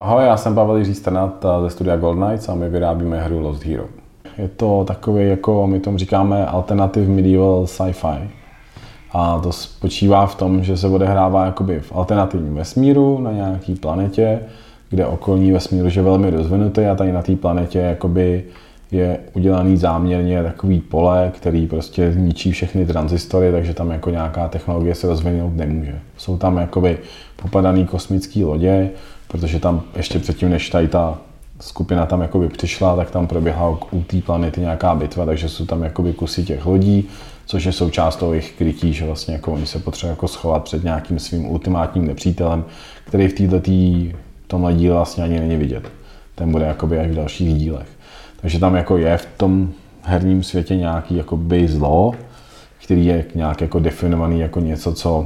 Ahoj, já jsem Pavel Jiří Strnad ze studia Gold Knights a my vyrábíme hru Lost Hero. Je to takový, jako my tomu říkáme, alternative medieval sci-fi. A to spočívá v tom, že se odehrává jakoby v alternativním vesmíru na nějaký planetě, kde okolní vesmír je velmi rozvinutý a tady na té planetě jakoby je udělaný záměrně takový pole, který prostě zničí všechny transistory, takže tam jako nějaká technologie se rozvinout nemůže. Jsou tam jakoby popadaný kosmické lodě, protože tam ještě předtím, než tady ta skupina tam jakoby přišla, tak tam proběhla u té planety nějaká bitva, takže jsou tam jakoby kusy těch lodí, což je součást toho jejich krytí, že vlastně jako oni se potřebují jako schovat před nějakým svým ultimátním nepřítelem, který v tomhle díle vlastně ani není vidět. Ten bude jakoby až v dalších dílech. Takže tam jako je v tom herním světě nějaký jakoby zlo, který je nějak jako definovaný jako něco, co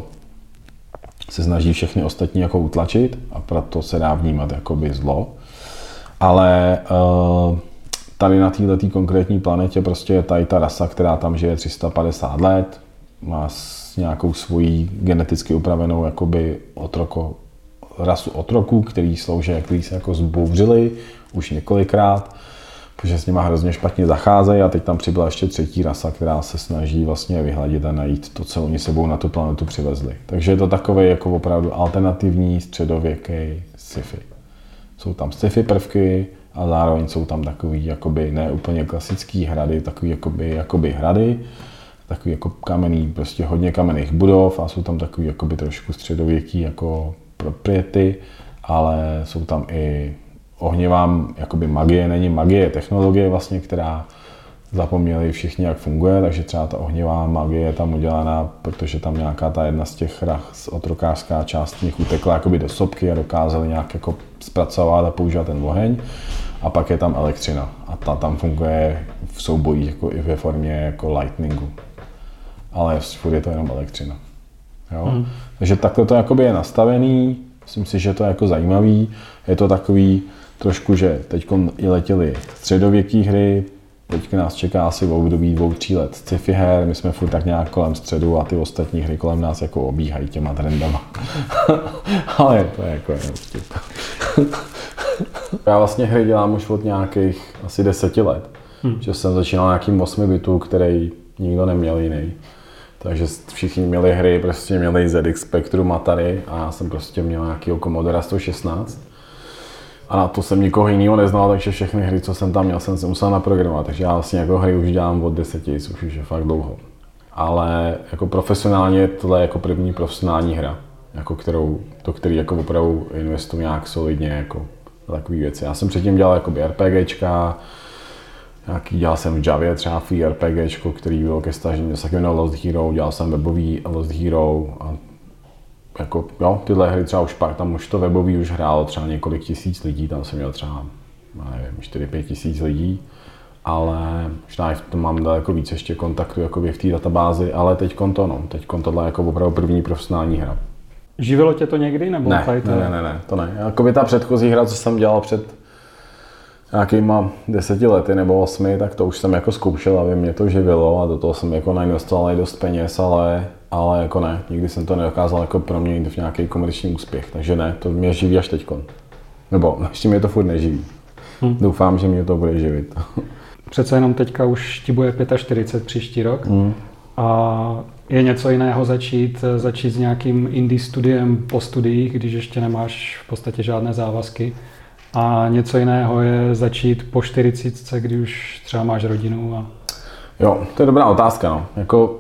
se snaží všechny ostatní jako utlačit a proto se dá vnímat jakoby zlo. Ale tady na této konkrétní planetě prostě je tady ta rasa, která tam žije 350 let, má nějakou svoji geneticky upravenou jakoby rasu otroků, který se jako zbouřili už několikrát, protože s nima hrozně špatně zacházejí a teď tam přibyla ještě třetí rasa, která se snaží vlastně vyhladit a najít to, co oni sebou na tu planetu přivezli. Takže je to takový jako opravdu alternativní středověký sci-fi. Jsou tam sci-fi prvky a zároveň jsou tam takový jakoby ne úplně klasický hrady, takový jakoby hrady, takový jako kamenný, prostě hodně kamenných budov a jsou tam takový jakoby trošku středověký jako propriety, ale jsou tam i ohnivá jakoby magie, není magie, technologie vlastně, která zapomněli všichni, jak funguje, takže třeba ta ohnivá magie je tam udělaná, protože tam nějaká ta jedna z těch ras, otrokářská část nich utekla jakoby do sopky a dokázali nějak jako zpracovat a používat ten oheň. A pak je tam elektřina a ta tam funguje v soubojích jako i ve formě jako lightningu. Ale furt je to jenom elektřina. Jo? Takže takhle to jakoby je nastavený, myslím si, že to je jako zajímavý. Je to takový trošku, že teď i letěly středověké hry, teď nás čeká asi v období 2-3 let sci-fi her, my jsme furt tak nějak kolem středu a ty ostatní hry kolem nás jako obíhají těma trendama. Ale to je jako jenom vtip. Já vlastně hry dělám už od nějakých asi 10 let, že jsem začínal nějakým 8 bitů, který nikdo neměl jiný. Takže všichni měli hry, prostě měli ZX Spectrum Atari a já jsem prostě měl nějakýho Commodore 116. A na to jsem nikoho jiného neznal, takže všechny hry, co jsem tam měl, jsem se musel naprogramovat. Takže já vlastně jako hry už dělám od 10, což už je fakt dlouho. Ale jako profesionálně tohle je jako první profesionální hra, jako do které jako opravdu investuji nějak solidně jako takové věci. Já jsem předtím dělal jakoby RPGčka, dělal jsem v Javě třeba free RPGčko, který bylo ke stažení, se jmenovalo Lost Hero, dělal jsem webový Lost Hero a jako, jo, tyhle hry třeba už pak, tam už to webový už hrálo třeba několik tisíc lidí, tam jsem měl třeba, nevím, 4-5 tisíc lidí, ale možná i v tom mám daleko víc ještě kontaktu jakoby v té databázi, ale teďkon tohle je jako opravdu první profesionální hra. Živilo tě to někdy? Nebo ne, to ne. Jakoby ta předchozí hra, co jsem dělal před nějakýma 10 lety nebo 8, tak to už jsem jako zkoušel, aby mě to živilo a do toho jsem jako nainvestoval i dost peněz, ale jako ne, nikdy jsem to nedokázal jako proměnit v nějaký komerční úspěch, takže ne, to mě živí až teďkon. Nebo ještě mě to furt neživí. Doufám, že mě to bude živit. Přece jenom teďka už ti bude 45 příští rok a je něco jiného začít s nějakým indie studiem po studiích, když ještě nemáš v podstatě žádné závazky. A něco jiného je začít po 40, kdy už třeba máš rodinu. Jo, to je dobrá otázka. No. Jako,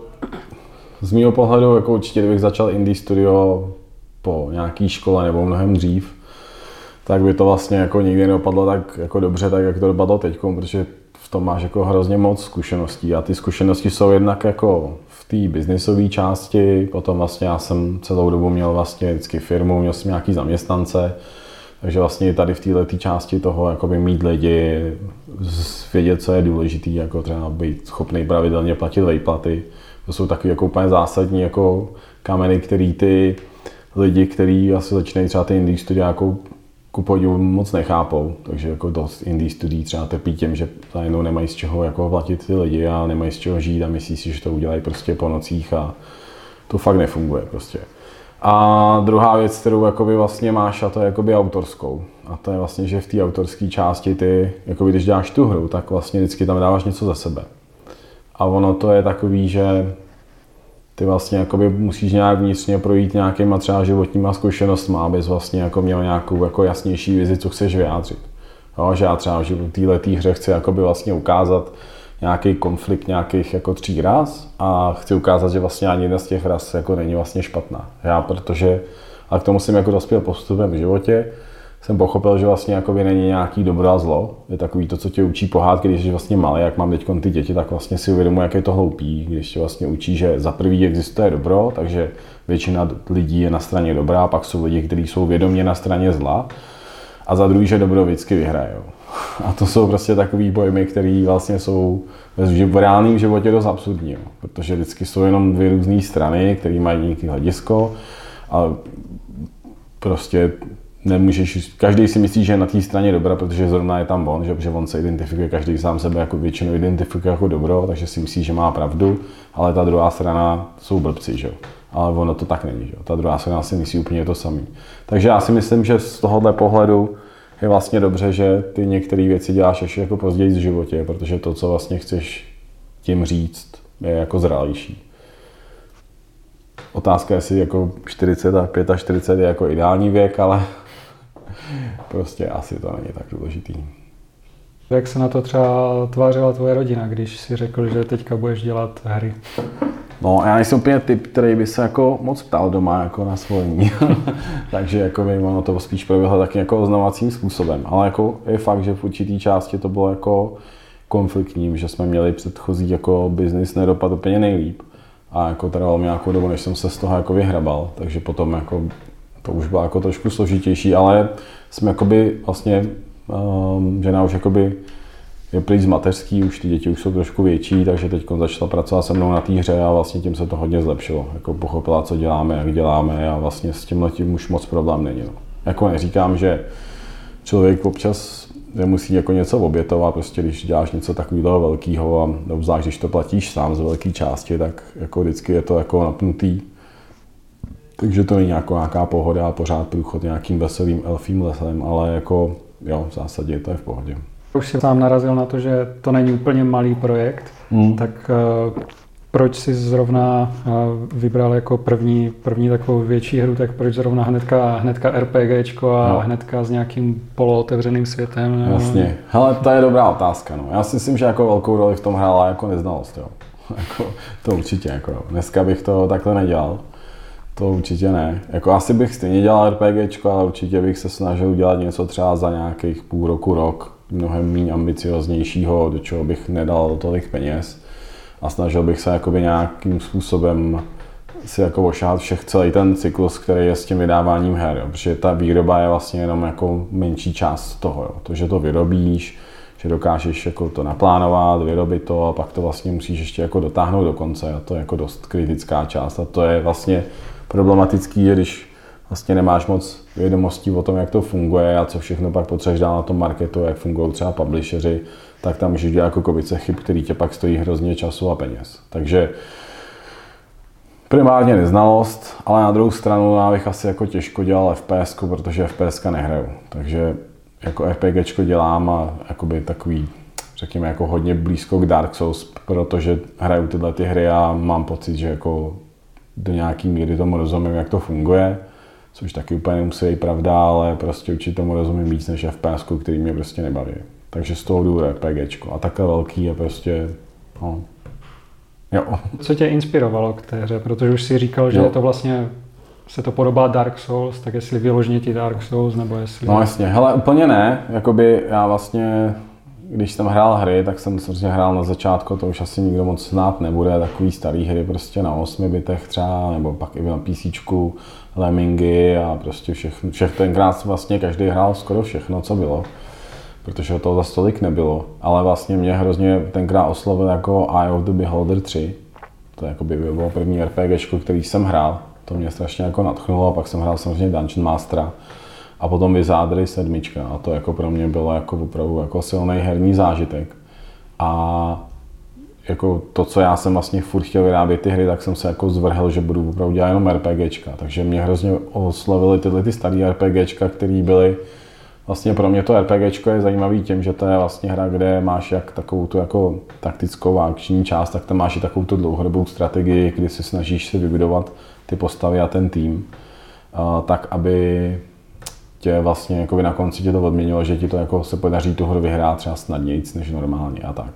z mýho pohledu jako určitě, kdybych začal indie studio po nějaký škole nebo mnohem dřív, tak by to vlastně jako nikdy nedopadlo tak jako dobře, tak jak to dopadlo teď, protože v tom máš jako hrozně moc zkušeností a ty zkušenosti jsou jednak jako v té biznisové části, potom vlastně já jsem celou dobu měl vlastně vždycky firmu, měl jsem nějaký zaměstnance, takže vlastně tady v této části toho jakoby mít lidi, vědět, co je důležité, jako třeba být schopný pravidelně platit výplaty. To jsou taky jako úplně zásadní jako kameny, který ty lidi, kteří asi začínají třeba ty indie studia jako ku podivu moc nechápou. Takže jako dost indie studií třeba trpí tím, že najednou nemají z čeho jako platit ty lidi a nemají z čeho žít a myslí si, že to udělají prostě po nocích a to fakt nefunguje prostě. A druhá věc, kterou jakoby vlastně máš, a to je jakoby autorskou. A to je vlastně, že v té autorské části ty, jakoby když děláš tu hru, tak vlastně vždycky tam dáváš něco za sebe. A ono to je takový, že ty vlastně jakoby musíš nějak vnitřně projít nějakýma třeba životníma zkušenostmi, abys vlastně jako měl nějakou jako jasnější vizi, co chceš vyjádřit. Jo, že já třeba v této hře chci jakoby vlastně ukázat nějaký konflikt nějakých jako 3 ras a chci ukázat, že vlastně ani jedna z těch ras jako není vlastně špatná. A k tomu jsem jako dospěl postupem v životě, jsem pochopil, že vlastně jakoby není nějaký dobro a zlo. Je takový to, co tě učí pohádky, když jsi vlastně malý, jak mám teď ty děti, tak vlastně si uvědomuji, jak je to hloupý, když tě vlastně učí, že za prvý existuje dobro, takže většina lidí je na straně dobra, a pak jsou lidi, kteří jsou vědomě na straně zla, a za druhý, že dobro vždycky vyhraje. A to jsou prostě takový pojmy, které vlastně jsou v reálném životě dost absurdní, protože vždycky jsou jenom 2 různé strany, které mají nějaké hledisko a prostě nemůžeš, každý si myslí, že je na té straně dobra, protože zrovna je tam on, že on se identifikuje, každý sám sebe jako většinou identifikuje jako dobro, takže si myslí, že má pravdu, ale ta druhá strana jsou blbci, že jo. Ale ono to tak není, že jo. Ta druhá strana si myslí úplně to samé. Takže já si myslím, že z tohohle pohledu je vlastně dobře, že ty některé věci děláš ještě jako později v životě, protože to, co vlastně chceš tím říct, je jako zralější. Otázka je, jestli jako 40 a 45 je jako ideální věk, ale prostě asi to není tak důležitý. Jak se na to třeba tvářila tvoje rodina, když si řekl, že teďka budeš dělat hry? No, já nejsem úplně typ, který by se jako moc ptal doma jako na svolení. Takže jako by ono to spíš proběhlo taky jako oznamovacím způsobem. Ale jako je fakt, že v určitý části to bylo jako konfliktní, že jsme měli předchozí jako biznis nedopad úplně nejlíp. A jako trvalo mi nějakou dobu, než jsem se z toho jako vyhrabal. Takže potom jako to už bylo jako trošku složitější, ale jsme jakoby vlastně, žena už jakoby je pryč z mateřský, už ty děti už jsou trošku větší, takže teď začala pracovat se mnou na té hře a vlastně tím se to hodně zlepšilo. Jako pochopila, co děláme, jak děláme a vlastně s tímhletím už moc problém není. No. Jako neříkám, že člověk občas nemusí jako něco obětovat, prostě když děláš něco takového velkého a obzvlášť, když to platíš sám z velké části, tak jako vždycky je to jako napnutý. Takže to není jako nějaká pohoda a pořád průchod nějakým veselým elfím lesem, ale jako jo, v zásadě to je v pohodě. Už si sám narazil na to, že to není úplně malý projekt, tak proč jsi zrovna vybral jako první takovou větší hru, tak proč zrovna hnedka RPGčko a hnedka s nějakým polootevřeným světem? Jasně, hele, to je dobrá otázka. No. Já si myslím, že jako velkou roli v tom hrála jako neznalost. Jo. Jako, to určitě. Jako, dneska bych to takhle nedělal. To určitě ne. Jako asi bych stejně dělal RPGčko, ale určitě bych se snažil udělat něco třeba za nějakých půl roku, rok, mnohem méně ambicioznějšího, do čeho bych nedal tolik peněz. A snažil bych se jakoby nějakým způsobem si jako ošahat celý ten cyklus, který je s tím vydáváním her. Jo. Protože ta výroba je vlastně jenom jako menší část toho. Jo. To, že to vyrobíš, že dokážeš jako to naplánovat, vyrobit to a pak to vlastně musíš ještě jako dotáhnout do konce. A to je jako dost kritická část. A to je vlastně problematický, když vlastně nemáš moc vědomostí o tom, jak to funguje a co všechno pak potřebuješ dát na tom marketu, jak fungují třeba publisheri, tak tam můžeš dělat jako kobice chyb, který tě pak stojí hrozně času a peněz. Takže primárně neznalost, ale na druhou stranu já bych asi jako těžko dělal FPS, protože FPS nehraju. Takže jako RPGčko dělám a jakoby takový, řekněme, jako hodně blízko k Dark Souls, protože hraju tyhle ty hry a mám pocit, že jako do nějaký míry tomu rozumím, jak to funguje, což taky úplně nemusí být pravda, ale prostě určitě tomu rozumím víc než FPS, který mě prostě nebaví. Takže z toho jdu RPGčko. A takhle velký je prostě, no, jo. Co tě inspirovalo k té hře? Protože už si říkal, že to vlastně se to podobá Dark Souls, tak jestli vyloženě ti Dark Souls, nebo jestli... No jasně, hele, úplně ne. Jakoby já vlastně, když jsem hrál hry, tak jsem samozřejmě hrál na začátku, to už asi nikdo moc znát nebude, takový starý hry prostě na 8 bitech třeba, nebo pak i na PCčku, Lemmingy a prostě všechno. Tenkrát vlastně každý hrál skoro všechno, co bylo, protože toho za tolik nebylo, ale vlastně mě hrozně tenkrát oslovil jako Eye of the Beholder 3. To jakoby bylo první RPGčko, který jsem hrál, to mě strašně jako nadchnulo a pak jsem hrál samozřejmě Dungeon Mastera. A potom Wizardry 7. A to jako pro mě bylo jako opravdu jako silný herní zážitek. A jako to, co já jsem vlastně furt chtěl vyrábět ty hry, tak jsem se jako zvrhl, že budu opravdu dělat jenom RPGčka. Takže mě hrozně oslovily tyhle ty starý RPGčka, které byly vlastně pro mě to RPGčko je zajímavý tím, že to je vlastně hra, kde máš jak takovou tu jako taktickou a akční část, tak tam máš i takovou tu dlouhodobou strategii, kdy si snažíš si vybudovat ty postavy a ten tým, tak aby tě vlastně jako na konci tě to odměnilo, že ti to jako se podaří tu hru vyhrát třeba snadnějc než normálně a tak.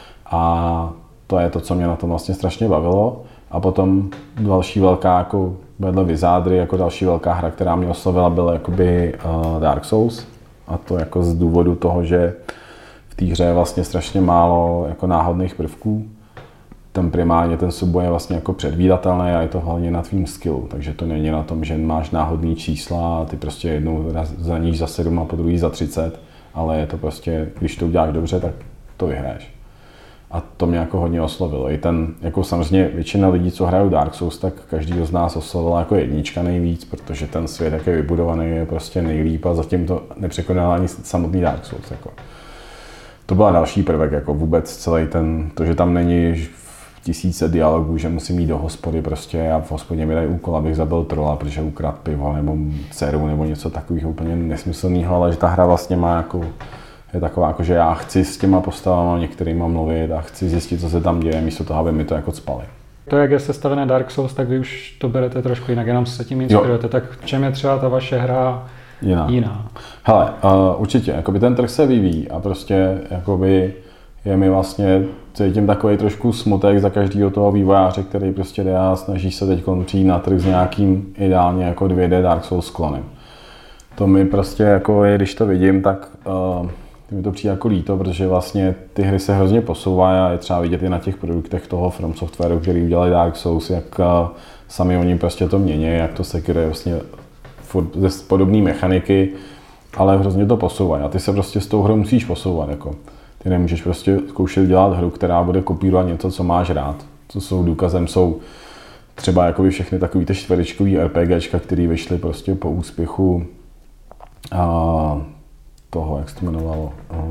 A to je to, co mě na tom vlastně strašně bavilo. A potom další velká, jako vedle Wizardry, jako další velká hra, která mě oslovila, byla jakoby Dark Souls. A to jako z důvodu toho, že v té hře je vlastně strašně málo jako náhodných prvků. Primárně ten souboj je vlastně jako předvídatelný a je to hlavně na tvým skillu. Takže to není na tom, že máš náhodný čísla a ty prostě jednou zraníš za 7 a po druhý za 30, ale je to prostě, když to uděláš dobře, tak to vyhraješ. A to mě jako hodně oslovilo. I ten, jako samozřejmě většina lidí, co hrajou Dark Souls, tak každýho z nás oslovila jako jednička nejvíc, protože ten svět, jak je vybudovaný, je prostě nejlíp a zatím to nepřekonal ani samotný Dark Souls. Jako. To byla další prvek, jako vůbec celý ten, to, že tam není tisíce dialogů, že musím jít do hospody prostě a v hospodě mi dají úkol, abych zabil trola, protože ukradl pivo nebo dceru nebo něco takového úplně nesmyslného, ale že ta hra vlastně má jako je taková, jako, že já chci s těma postavama některýma mluvit a chci zjistit, co se tam děje, místo toho, aby mi to jako cpali. To, jak je sestavené Dark Souls, tak vy už to berete trošku jinak, jenom se tím inspirujete. Tak v čem je třeba ta vaše hra jiná? Hele, určitě, jakoby ten trh se vyvíjí a prostě jakoby je mi vlastně cítím takový trošku smutek za každého toho vývojáře, který prostě jde a snaží se teď přijít na trh s nějakým ideálně jako 2D Dark Souls sklonem. To mi prostě jako je, když to vidím, tak mi to přijde jako líto, protože vlastně ty hry se hrozně posouvají a je třeba vidět i na těch produktech toho From Softwareu, který udělali Dark Souls, jak sami oni prostě to mění, jak to Sekiro je vlastně ze podobné mechaniky, ale hrozně to posouvají a ty se prostě s tou hrou musíš posouvat. Jako. Ty nemůžeš prostě zkoušet dělat hru, která bude kopírovat něco, co máš rád. Co jsou důkazem, jsou třeba jakoby všechny takový ty čtverečkový RPGčka, které vyšly prostě po úspěchu toho, jak se to jmenovalo,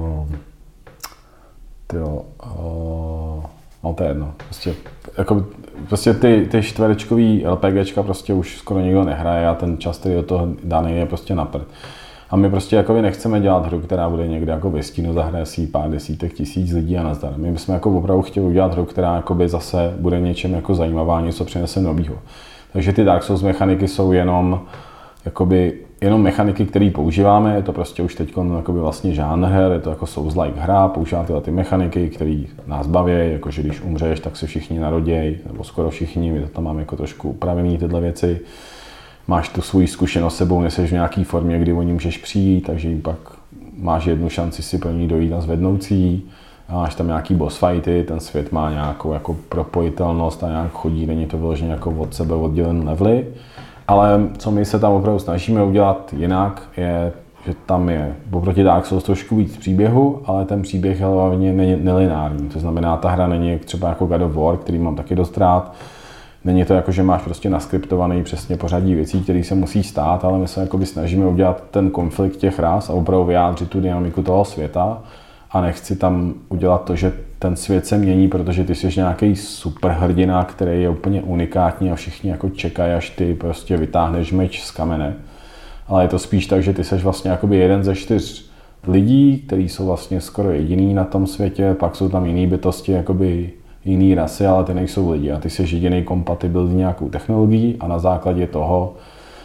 no to je jedno. Prostě ty čtverečkový LPGčka prostě už skoro nikdo nehraje a ten čas, který do toho daný, je prostě na prd. A my prostě jakoby nechceme dělat hru, která bude někde jako ve stínu, zahraje si pár desítek tisíc lidí a nazdar. My bychom jako opravdu chtěli udělat hru, která jakoby zase bude něčem jako zajímavá, něco přinese novýho. Takže ty Dark Souls mechaniky jsou jenom mechaniky, které používáme, je to prostě už teď vlastně žánr her, je to jako Souls-like hra, používá tyhle ty mechaniky, které nás baví, jakože když umřeš, tak se všichni narodějí, nebo skoro všichni, my to tam máme jako trošku upravený tyhle věci. Máš tu svou zkušenost sebou, neseš v nějaké formě, kdy o ní můžeš přijít, takže pak máš jednu šanci si pro ní dojít a zvednout si. Máš tam nějaký boss fighty, ten svět má nějakou jako propojitelnost a nějak chodí, není to vyloženě jako od sebe oddělen levely. Ale co my se tam opravdu snažíme udělat jinak, je, že tam je oproti Dark Souls trošku víc příběhu, ale ten příběh je hlavně nelineární. To znamená, ta hra není třeba jako God of War, který mám taky dost rád. Není to jako, že máš prostě naskriptovaný přesně pořadí věcí, které se musí stát, ale my se snažíme udělat ten konflikt těch ras a opravdu vyjádřit tu dynamiku toho světa. A nechci tam udělat to, že ten svět se mění, protože ty jsi nějaký superhrdina, který je úplně unikátní a všichni jako čekají, až ty prostě vytáhneš meč z kamene. Ale je to spíš tak, že ty jsi vlastně jakoby jeden ze 4 lidí, kteří jsou vlastně skoro jediný na tom světě, pak jsou tam jiný bytosti, jakoby jiný rasy, ale ty nejsou lidi a ty jsi jediný kompatibilní nějakou technologií a na základě toho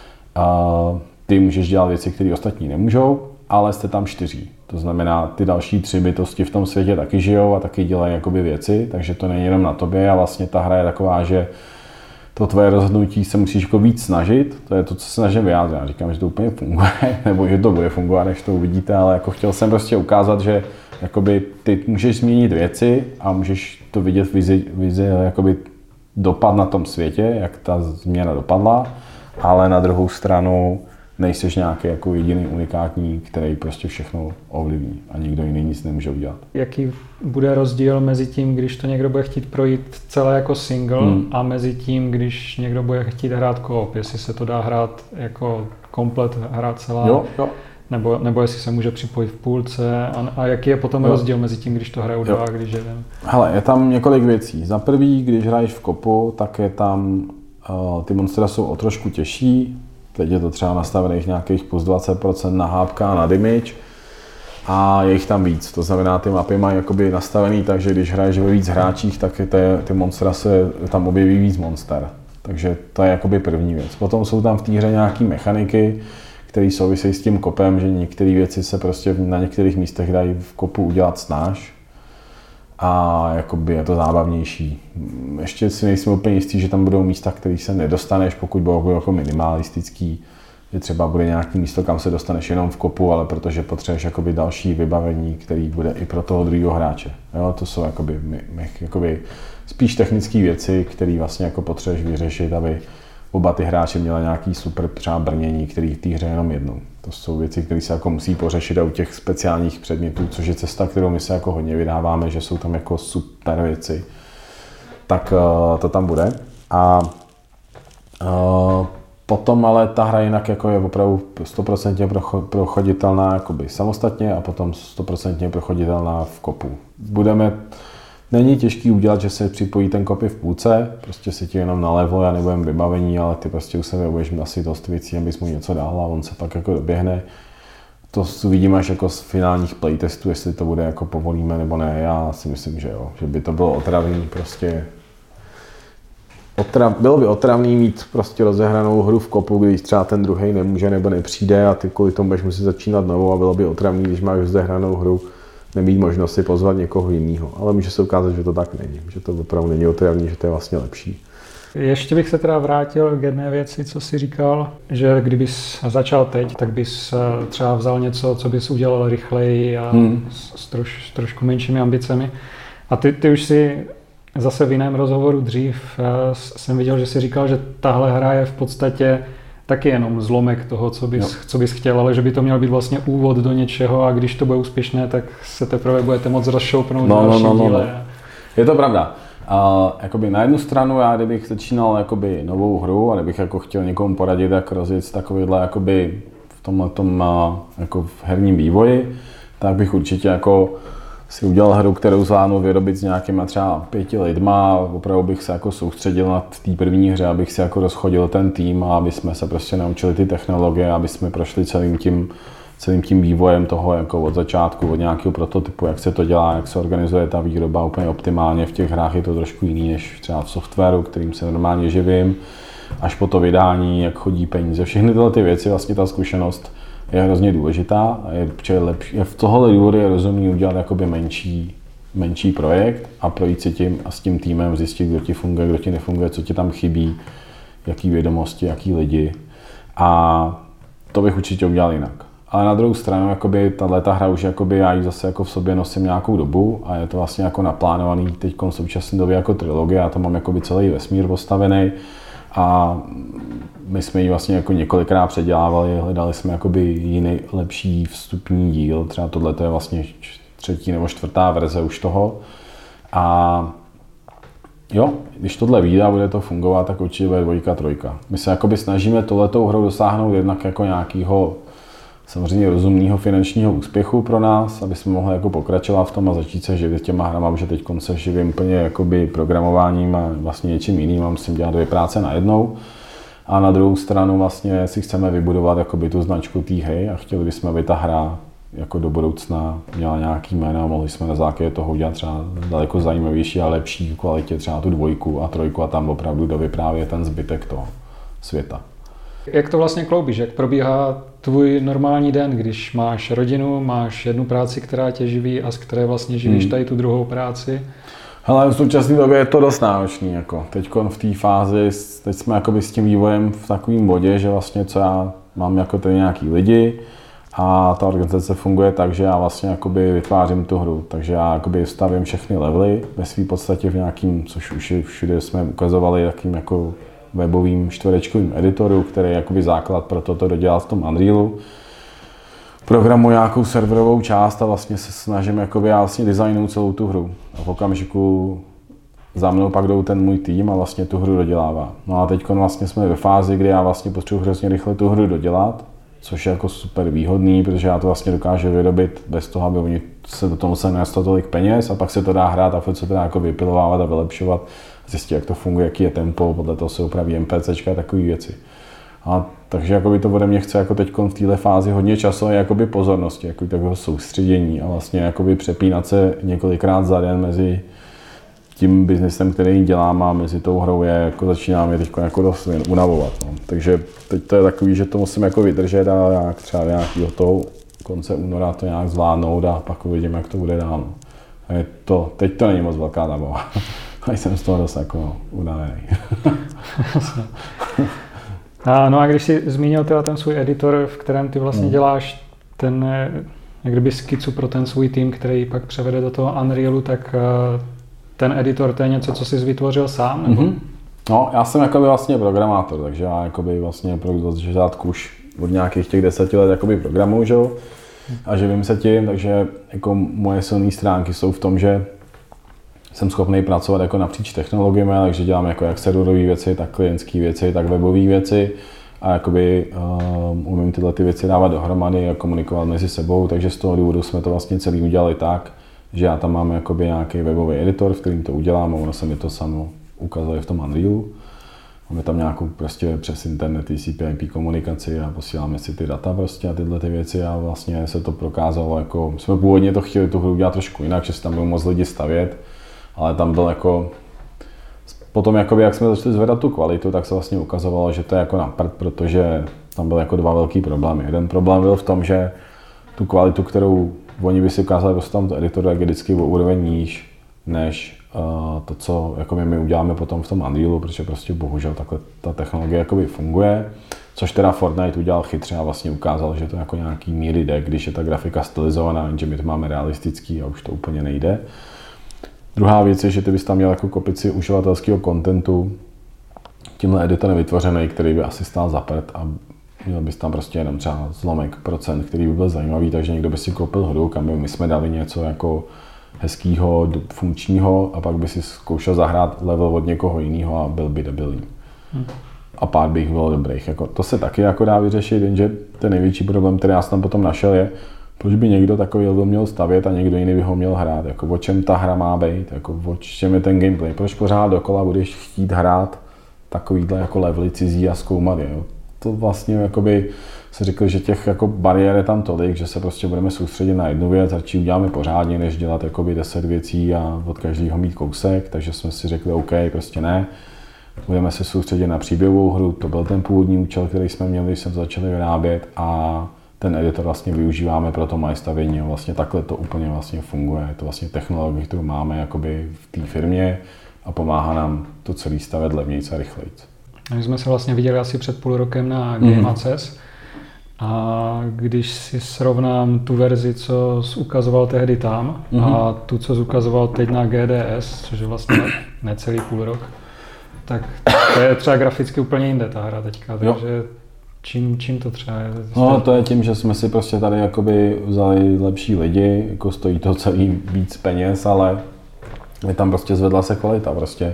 ty můžeš dělat věci, které ostatní nemůžou, ale jste tam 4. To znamená, ty další 3 bytosti v tom světě taky žijou a taky dělají jakoby věci, takže to není jenom na tobě a vlastně ta hra je taková, že to tvoje rozhodnutí se musíš jako víc snažit, to je to, co se snažím vyjádřit. Já říkám, že to úplně funguje, nebo že to bude fungovat, než to uvidíte, ale jako chtěl jsem prostě ukázat, že jakoby ty můžeš změnit věci a můžeš to vidět vizi jakoby dopad na tom světě, jak ta změna dopadla, ale na druhou stranu nejseš nějaký jako jediný unikátní, který prostě všechno ovlivní a nikdo jiný nic nemůže udělat. Jaký bude rozdíl mezi tím, když to někdo bude chtít projít celé jako single a mezi tím, když někdo bude chtít hrát co-op, jestli se to dá hrát jako komplet, hrát celá? Jo. nebo jestli se může připojit v půlce a jaký je potom rozdíl mezi tím, když to hrajou dva a když jeden? Hele, je tam několik věcí. Za prvý, když hraješ v kopu, tak je tam, ty monstra jsou o trošku těžší, teď je to třeba nastavených nějakých plus 20% na hápka a na damage a je jich tam víc, to znamená, ty mapy mají jakoby nastavený tak, že když hraješ ve víc hráčích, tak ty monstra se tam objeví víc monster. Takže to je jakoby první věc. Potom jsou tam v té hře nějaké mechaniky, které souvisejí s tím kopem, že některé věci se prostě na některých místech dají v kopu udělat snáš a jakoby je to zábavnější. Ještě si nejsem úplně jistý, že tam budou místa, které se nedostaneš, pokud budou jako minimalistický, že třeba bude nějaké místo, kam se dostaneš jenom v kopu, ale protože potřebuješ jakoby další vybavení, který bude i pro toho druhého hráče. Jo, to jsou jakoby spíš technické věci, které vlastně jako potřebuješ vyřešit, aby oba ty hráči měli nějaký super třeba brnění, který v té hře jenom jednou. To jsou věci, které se jako musí pořešit a u těch speciálních předmětů, což je cesta, kterou my se jako hodně vydáváme, že jsou tam jako super věci, tak to tam bude. A potom ale ta hra jinak jako je opravdu 100% prochoditelná jakoby samostatně a potom 100% prochoditelná v kopu. Není těžký udělat, že se připojí ten kopy v půlce, prostě si ti jenom nalevo, já nebudem vybavení, ale ty prostě u sebe budeš mít asi dost věcí, abys mu něco dal a on se pak jako doběhne. To uvidíme až jako z finálních playtestů, jestli to bude jako povolíme nebo ne, já si myslím, že jo, že by to bylo otravný prostě. Bylo by otravný mít prostě rozehranou hru v kopu, když třeba ten druhej nemůže nebo nepřijde a ty kvůli tomu budeš muset začínat novou a bylo by otravný, když máš rozehranou hru, nemít možnost si pozvat někoho jiného. Ale může se ukázat, že to tak není, že to opravdu není otravný, že to je vlastně lepší. Ještě bych se teda vrátil k jedné věci, co jsi říkal, že kdybys začal teď, tak bys třeba vzal něco, co bys udělal rychleji a s trošku menšími ambicemi. A ty už si zase v jiném rozhovoru dřív jsem viděl, že jsi říkal, že tahle hra je v podstatě taky jenom zlomek toho, co bys chtěl, ale že by to měl být vlastně úvod do něčeho a když to bude úspěšné, tak se teprve budete moc rozšoupnout další díle. Je to pravda. Jakoby na jednu stranu, já kdybych začínal jakoby novou hru a kdybych jako chtěl někomu poradit, jak rozjet takovýhle jakoby v tomhletom jako v herním vývoji, tak bych určitě jako si udělal hru, kterou zvládnu vyrobit s nějakýma třeba 5 lidma a opravdu bych se jako soustředil na té první hře, abych si jako rozchodil ten tým a aby jsme se prostě naučili ty technologie, aby jsme prošli celým tím vývojem toho jako od začátku, od nějakého prototypu, jak se to dělá, jak se organizuje ta výroba úplně optimálně. V těch hrách je to trošku jiný než třeba v softwaru, kterým se normálně živím, až po to vydání, jak chodí peníze. Všechny tyhle ty věci, vlastně ta zkušenost je hrozně důležitá a je lepší. V tohle důvodu je rozumný udělat jakoby menší projekt a projít si tím a s tím týmem zjistit, kdo ti funguje, kdo ti nefunguje, co ti tam chybí, jaký vědomosti, jaký lidi. A to bych určitě udělal jinak. Ale na druhou stranu, tato hra už já ji zase jako v sobě nosím nějakou dobu a je to vlastně jako naplánovaný teď v současné době jako trilogie, já to mám celý vesmír postavený a my jsme ji vlastně jako několikrát předělávali, hledali jsme jiný, lepší vstupní díl, třeba tohle je vlastně 3. nebo 4. verze už toho. A jo, když tohle vyjde a bude to fungovat, tak určitě bude 2, 3. My se snažíme tohletou hrou dosáhnout jednak jako nějakého samozřejmě rozumného finančního úspěchu pro nás, aby jsme mohli jako pokračovat v tom a začít se živit těma hrama, protože teď se živím úplně programováním a vlastně něčím jiným a musím dělat 2 práce najednou. A na druhou stranu vlastně si chceme vybudovat tu značku té hry a chtěli bychom, aby ta hra jako do budoucna měla nějaký jméno a mohli jsme na základě toho udělat třeba daleko zajímavější a lepší kvalitě třeba tu 2 a 3 a tam opravdu dovyprávět ten zbytek toho světa. Jak to vlastně kloubíš? Jak probíhá tvůj normální den, když máš rodinu, máš jednu práci, která tě živí a z které vlastně živíš tady tu druhou práci? Hele, v současné době je to dost náročný. Teď v té fázi, teď jsme s tím vývojem v takovém bodě, že vlastně co já mám tady nějaký lidi a ta organizace funguje tak, že já vlastně vytvářím tu hru. Takže já stavím všechny levely ve své podstatě v nějakým, což už všude jsme ukazovali, takým webovým čtverečkovým editoru, který je základ pro toto dodělat v tom Unrealu. Programu nějakou serverovou část a vlastně se snažím já vlastně designuju celou tu hru. A v okamžiku za mnou pak jdou ten můj tým a vlastně tu hru dodělává. No a teď vlastně jsme ve fázi, kdy já vlastně potřebuji hrozně rychle tu hru dodělat, což je jako super výhodný, protože já to vlastně dokážu vyrobit bez toho, aby oni se do toho museli nastat tolik peněz a pak se to dá hrát a se to dá jako vypilovávat a vylepšovat, zjistit, jak to funguje, jaký je tempo, podle toho se upraví MPCčka a takové věci. A takže jakoby to ode mě chce jako teď v této fázi hodně času a jakoby pozornosti, jako takového soustředění a vlastně jakoby přepínat se několikrát za den mezi tím biznesem, který dělám a mezi tou hrou je, jako začíná mě teď jako dost unavovat. No. Takže teď to je takový, že to musím jako vydržet a nějak třeba nějakýho toho konce února to nějak zvládnout a pak uvidím, jak to bude dál. No. Teď to není moc velká zábava. A jsem z toho dost jako unavený. No a když jsi zmínil ten svůj editor, v kterém ty vlastně děláš ten, jak kdyby skicu pro ten svůj tým, který pak převede do toho Unrealu, tak ten editor, to je něco, co jsi vytvořil sám? Nebo? No, já jsem jakoby vlastně programátor, takže já jakoby vlastně od začátku už od nějakých těch 10 let jakoby programuju, že? A živím se tím, takže jako moje silné stránky jsou v tom, že jsem schopný pracovat jako napříč technologiemi, takže dělám jako jak serverové věci, tak klientské věci, tak webové věci a jakoby umím tyhle ty věci dávat dohromady a komunikovat mezi sebou, takže z toho důvodu jsme to vlastně celý udělali tak, že já tam mám jakoby nějaký webový editor, v kterým to udělám a ono se mi to samo ukazuje v tom Unrealu. Máme tam nějakou prostě přes internet TCP/IP komunikaci a posíláme si ty data prostě a tyhle ty věci a vlastně se to prokázalo jako, jsme původně to chtěli tu hru udělat trošku jinak, že se tam budou moc lidi stavět, ale tam byl jako, potom jakoby, jak jsme začali zvedat tu kvalitu, tak se vlastně ukazovalo, že to je jako na prd, protože tam byly jako dva velký problémy. Jeden problém byl v tom, že tu kvalitu, kterou oni by si ukázali prostě tam to editoru, jak je vždycky o úroveň níž, než to, co jako my uděláme potom v tom Unrealu, protože prostě bohužel takhle ta technologie jakoby funguje, což teda Fortnite udělal chytře a vlastně ukázal, že to jako nějaký míry jde, když je ta grafika stylizovaná, jenže my to máme realistický a už to úplně nejde. Druhá věc je, že ty bys tam měl jako kopici uživatelského kontentu tímhle editorem vytvořený, který by asi stál za prd a měl bys tam prostě jenom třeba zlomek procent, který by byl zajímavý, takže někdo by si koupil hru, kam by my jsme dali něco jako hezkýho, funkčního a pak by si zkoušel zahrát level od někoho jiného a byl by debilní. A pár bych bylo dobrých. Jako, to se taky jako dá vyřešit, jenže ten největší problém, který já jsem tam potom našel, je, proč by někdo takový level měl stavět a někdo jiný by ho měl hrát. Jako, o čem ta hra má být, jako, o čem je ten gameplay. Proč pořád dokola budeš chtít hrát takovýhle jako levely cizí a zkoumat je. Jo? To vlastně jakoby se řekl, že těch jako bariér je tam tolik, že se prostě budeme soustředit na jednu věc, radši uděláme pořádně, než dělat jakoby 10 věcí a od každého mít kousek, takže jsme si řekli OK, prostě ne. Budeme se soustředit na příběhovou hru, to byl ten původní účel, který jsme měli, když jsme to začali vyrábět a ten editor vlastně využíváme pro to majstavění a vlastně takhle to úplně vlastně funguje. Je to vlastně technologie, kterou máme jakoby v té firmě a pomáhá nám to celý stavět levnějc a rychlejc. My jsme se vlastně viděli asi před půl rokem na Game Access a když si srovnám tu verzi, co jsi ukazoval tehdy tam a tu, co jsi ukazoval teď na GDS, což je vlastně necelý půl rok, tak to je třeba graficky úplně jinde ta hra teďka, takže čím to třeba je? No to je tím, že jsme si prostě tady jakoby vzali lepší lidi, jako stojí to celý víc peněz, ale je tam prostě zvedla se kvalita prostě.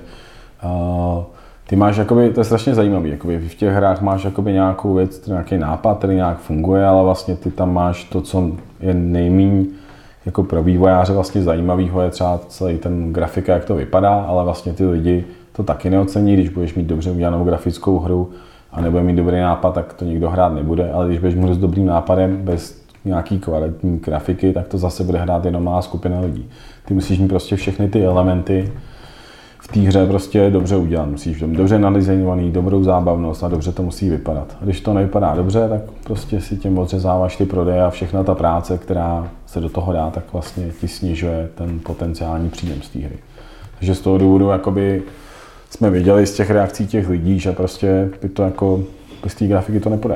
Ty máš jakoby, to je strašně zajímavý, jakoby v těch hrách máš jakoby nějakou věc, nějaký nápad, který nějak funguje, ale vlastně ty tam máš to, co je nejméně jako pro vývojáře vlastně zajímavýho, je třeba celý ten grafika, jak to vypadá, ale vlastně ty lidi to taky neocení, když budeš mít dobře udělanou grafickou hru a nebude mít dobrý nápad, tak to nikdo hrát nebude, ale když budeš mít s dobrým nápadem, bez nějaký kvalitní grafiky, tak to zase bude hrát jenom malá skupina lidí. Ty musíš mít prostě všechny ty elementy v té hře prostě dobře udělat. Musíš mít dobře nadizajnovaný, dobrou zábavnost a dobře to musí vypadat. A když to nevypadá dobře, tak prostě si tím odřezáváš ty prodeje a všechna ta práce, která se do toho dá, tak vlastně ti snižuje ten potenciální příjem z té hry. Takže z toho důvodu jakoby jsme viděli z těch reakcí těch lidí, že prostě by to jako bez té grafiky to nepůjde.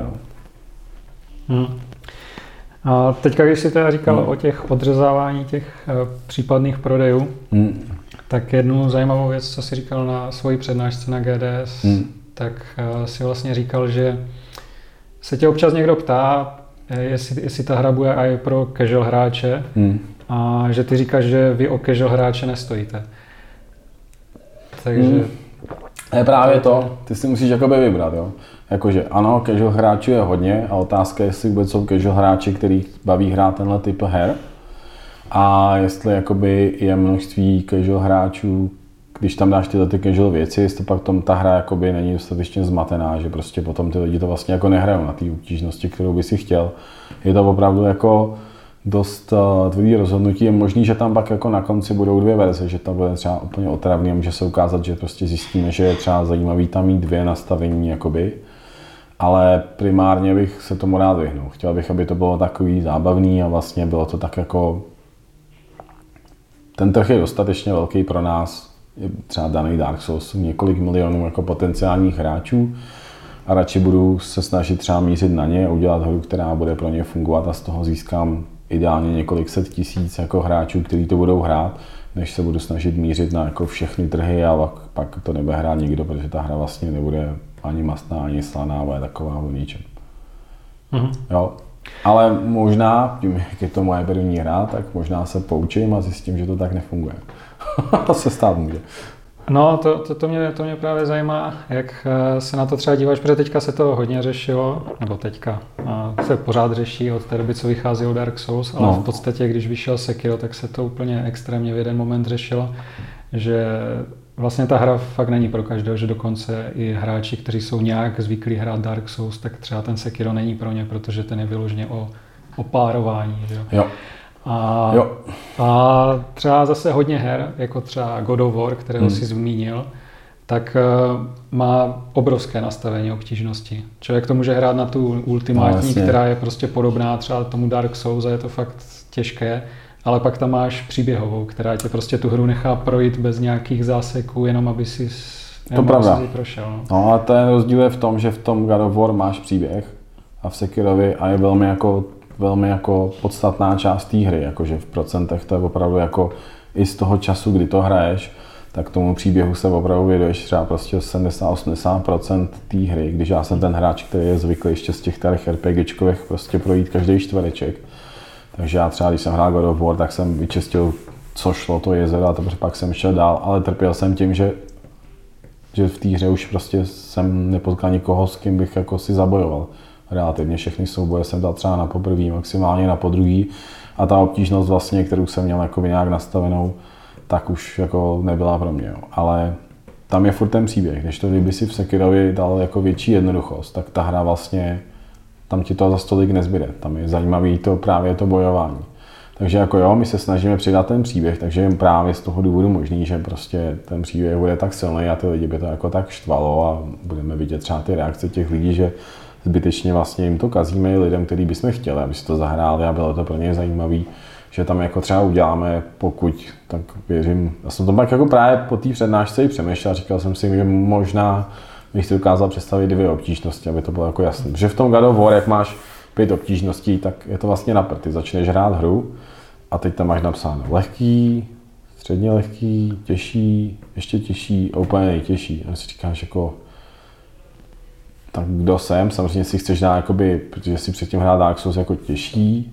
No. A teďka, když jsi teda říkal o těch odřezávání těch případných prodejů, tak jednu zajímavou věc, co jsi říkal na svojí přednášce na GDS, tak si vlastně říkal, že se tě občas někdo ptá, jestli ta hra bude i pro casual hráče a že ty říkáš, že vy o casual hráče nestojíte. Takže... je právě to, ty si musíš jakoby vybrat, jo. Jakože ano, casual hráčů je hodně a otázka je, jestli vůbec jsou casual hráči, který baví hrát tenhle typ her. A jestli jakoby je množství casual hráčů, když tam dáš tyhle ty casual věci, jestli pak ta hra jakoby není dostatečně zmatená, že prostě potom ty lidi to vlastně jako nehrajou na té obtížnosti, kterou by si chtěl. Je to opravdu jako dost tvrdý rozhodnutí. Je možný, že tam pak jako na konci budou dvě verze, že to bude třeba úplně otravný a může se ukázat, že prostě zjistíme, že je třeba zajímavý tam mít dvě nastavení jakoby. Ale primárně bych se tomu rád vyhnul. Chtěl bych, aby to bylo takový zábavný a vlastně bylo to tak jako... Ten trh je dostatečně velký pro nás, je třeba daný Dark Souls, několik milionů jako potenciálních hráčů a radši budu se snažit třeba mířit na ně a udělat hru, která bude pro ně fungovat a z toho získám ideálně několik set tisíc jako hráčů, kteří to budou hrát, než se budu snažit mířit na jako všechny trhy a pak to nebude hrát nikdo, protože ta hra vlastně nebude ani mastná, ani slaná, bude taková o ničem. Jo. Ale možná, tím, jak je to moje první hra, tak možná se poučím a zjistím, že to tak nefunguje. To se stát může. No, to mě právě zajímá, jak se na to třeba díváš, protože teďka se to hodně řešilo, nebo teďka se pořád řeší od té doby, co vycházelo Dark Souls, ale v podstatě, když vyšel Sekiro, tak se to úplně extrémně v jeden moment řešilo, že vlastně ta hra fakt není pro každého, že dokonce i hráči, kteří jsou nějak zvyklí hrát Dark Souls, tak třeba ten Sekiro není pro ně, protože ten je vyloženě o párování. Že? Jo. A třeba zase hodně her, jako třeba God of War, kterého si zmínil, tak má obrovské nastavení obtížnosti. Člověk to může hrát na tu ultimátní, která je prostě podobná třeba tomu Dark Souls a je to fakt těžké, ale pak tam máš příběhovou, která tě prostě tu hru nechá projít bez nějakých záseků, jenom aby si prošel. No, ale ten rozdíl je v tom, že v tom God of War máš příběh a v Sekirovi a je velmi jako podstatná část té hry, jakože v procentech to je opravdu jako i z toho času, kdy to hraješ, tak tomu příběhu se opravdu věnuješ třeba prostě 70-80% té hry, když já jsem ten hráč, který je zvyklý ještě z těch těch RPGčkových prostě projít každý čtvereček. Takže já třeba, když jsem hrál God of War, tak jsem vyčistil, co šlo to jezero a pak jsem šel dál, ale trpěl jsem tím, že v té hře už prostě jsem nepotkal nikoho, s kým bych jako si zabojoval. Relativně všechny souboje jsem dal třeba na poprvý, maximálně na podruhý a ta obtížnost vlastně, kterou jsem měl jako nějak nastavenou, tak už jako nebyla pro mě. Jo. Ale tam je furt ten příběh, když to kdyby si v Sekirovi dal jako větší jednoduchost, tak ta hra vlastně, tam ti to za stolik nezbyde. Tam je zajímavý to právě to bojování. Takže jako jo, my se snažíme přidat ten příběh, takže jen právě z toho důvodu možný, že prostě ten příběh bude tak silný a ty lidi by to jako tak štvalo a budeme vidět třeba ty reakce těch lidí, že zbytečně vlastně jim to kazíme i lidem, který bychom chtěli, aby si to zahráli a bylo to pro ně zajímavý, že tam jako třeba uděláme, pokud, tak věřím, já jsem to pak jako právě po té přednášce i přemýšlel, říkal jsem si, že možná bych si dokázal představit dvě obtížnosti, aby to bylo jako jasné. Protože v tom God of War, jak máš 5 obtížností, tak je to vlastně na prd. Ty začneš hrát hru a teď tam máš napsáno lehký, středně lehký, těžší, ještě těžší a úplně nejtěžší. A si říkáš jako, tak kdo jsem? Samozřejmě si chceš dát, jakoby, protože si předtím hrát Dark Souls jako těžší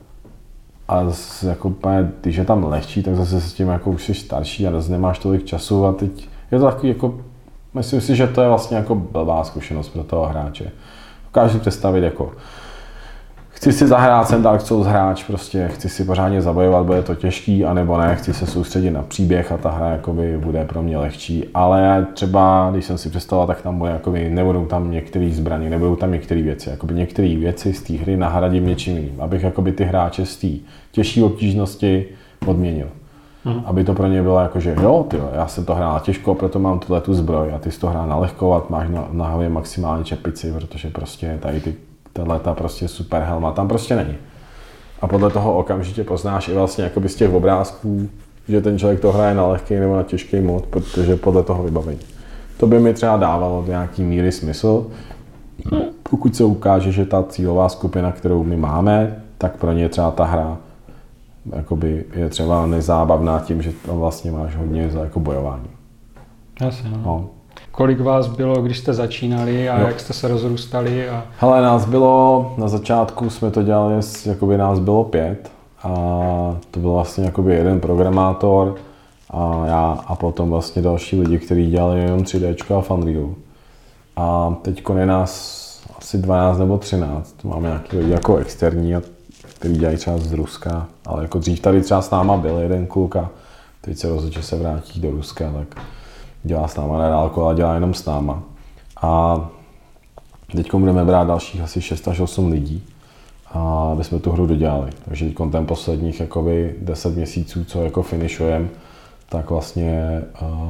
a zase jako, když je tam lehčí, tak zase s tím jako už jsi starší a zase nemáš tolik času a teď je to takový jako, myslím si, že to je vlastně jako blbá zkušenost pro toho hráče. Dokážu si představit jako, chci si zahrát, jsem Dark Souls hráč, prostě chci si pořádně zabojovat, bude to těžký, anebo ne, chci se soustředit na příběh a ta hra jakoby bude pro mě lehčí, ale třeba, když jsem si představoval, tak tam bude, jakoby, nebudou tam některé zbraně, nebudou tam některé věci, jakoby některé věci z té hry nahradím něčím jiným, abych jakoby ty hráče z té těžší obtížnosti odměnil. Aby to pro ně bylo jako, že jo, tyjo, já jsem to hrál těžko, proto mám tu zbroj a ty jsi to hrál na lehko a máš na hlavě maximálně čepici, protože prostě tady tato prostě super helma tam prostě není. A podle toho okamžitě poznáš i vlastně jakoby z těch obrázků, že ten člověk to hraje na lehký nebo na těžký mod, protože podle toho vybavení. To by mi třeba dávalo do nějaký míry smysl, pokud se ukáže, že ta cílová skupina, kterou my máme, tak pro ně třeba ta hra jakoby je třeba nezábavná tím, že tam vlastně máš hodně za jako bojování. Jasně, no. Kolik vás bylo, když jste začínali a jak jste se rozrůstali? Hele, nás bylo, na začátku jsme to dělali, jakoby nás bylo 5 a to byl vlastně jakoby jeden programátor a já a potom vlastně další lidi, kteří dělali jenom 3D a Unreal. A teď je nás asi 12 nebo 13. Máme nějaký lidi jako externí, který dělají třeba z Ruska, ale jako dřív tady třeba s náma byl jeden kluk a teď se rozhodl, že se vrátí do Ruska, tak dělá s náma na dálku, ale dělá jenom s náma. A teď budeme brát dalších asi 6 až 8 lidí, aby jsme tu hru dodělali. Takže teď ten posledních jakoby 10 měsíců, co jako finišujeme, tak vlastně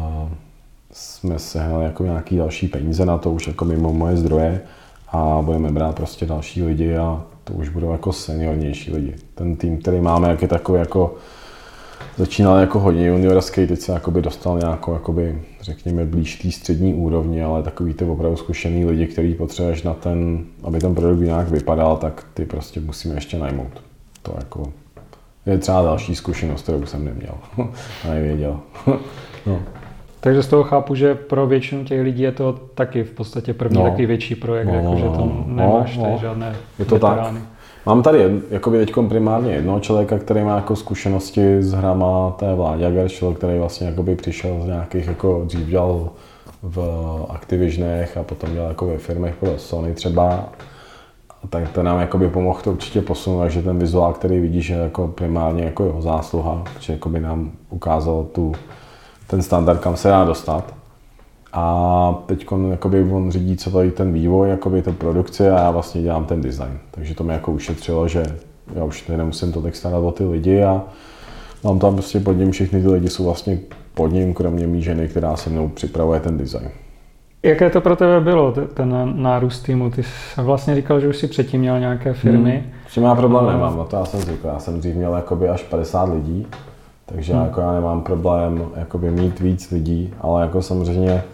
jsme sehnali jako nějaký další peníze na to, už jako mimo moje zdroje a budeme brát prostě další lidi a to už budou jako seniornější lidi. Ten tým, který máme, jak je takový jako začínal jako hodně juniorský, teď se jakoby dostal nějakou, jakoby, řekněme, blíž té střední úrovni, ale takový ty opravdu zkušený lidi, který potřebuješ na ten, aby ten produkt nějak vypadal, tak ty prostě musíme ještě najmout. To jako je třeba další zkušenost, kterou jsem neměl a nevěděl. No. Takže z toho chápu, že pro většinu těch lidí je to taky v podstatě první takový větší projekt, jakože tam nemáš tady žádné je to veterány. Tak. Mám tady teďkom primárně jednoho člověka, který má jako zkušenosti s hrama té Vládě Geršel, který vlastně jakoby přišel z nějakých, jako dřív dělal v Activisionech a potom dělal jako ve firmách pro Sony třeba. Tak to nám jakoby pomohl to určitě posunout, takže ten vizuál, který vidíš, je jako primárně jako jeho zásluha, že jakoby nám ukázal ten standard, kam se dá dostat. A teď on řídí celý ten vývoj, jakoby tu produkci a já vlastně dělám ten design. Takže to mi jako ušetřilo, že já už nemusím tolik starat o ty lidi a mám tam prostě pod ním, všechny ty lidi jsou vlastně pod ním, kromě mý ženy, která se mnou připravuje ten design. Jaké to pro tebe bylo, ten nárůst týmu? Ty jsi vlastně říkal, že už si předtím měl nějaké firmy. S tím já problém nemám, no to já jsem říkal. Já jsem dřív měl jakoby až 50 lidí, takže jako já nemám problém jakoby mít víc lidí, ale jako samozřejmě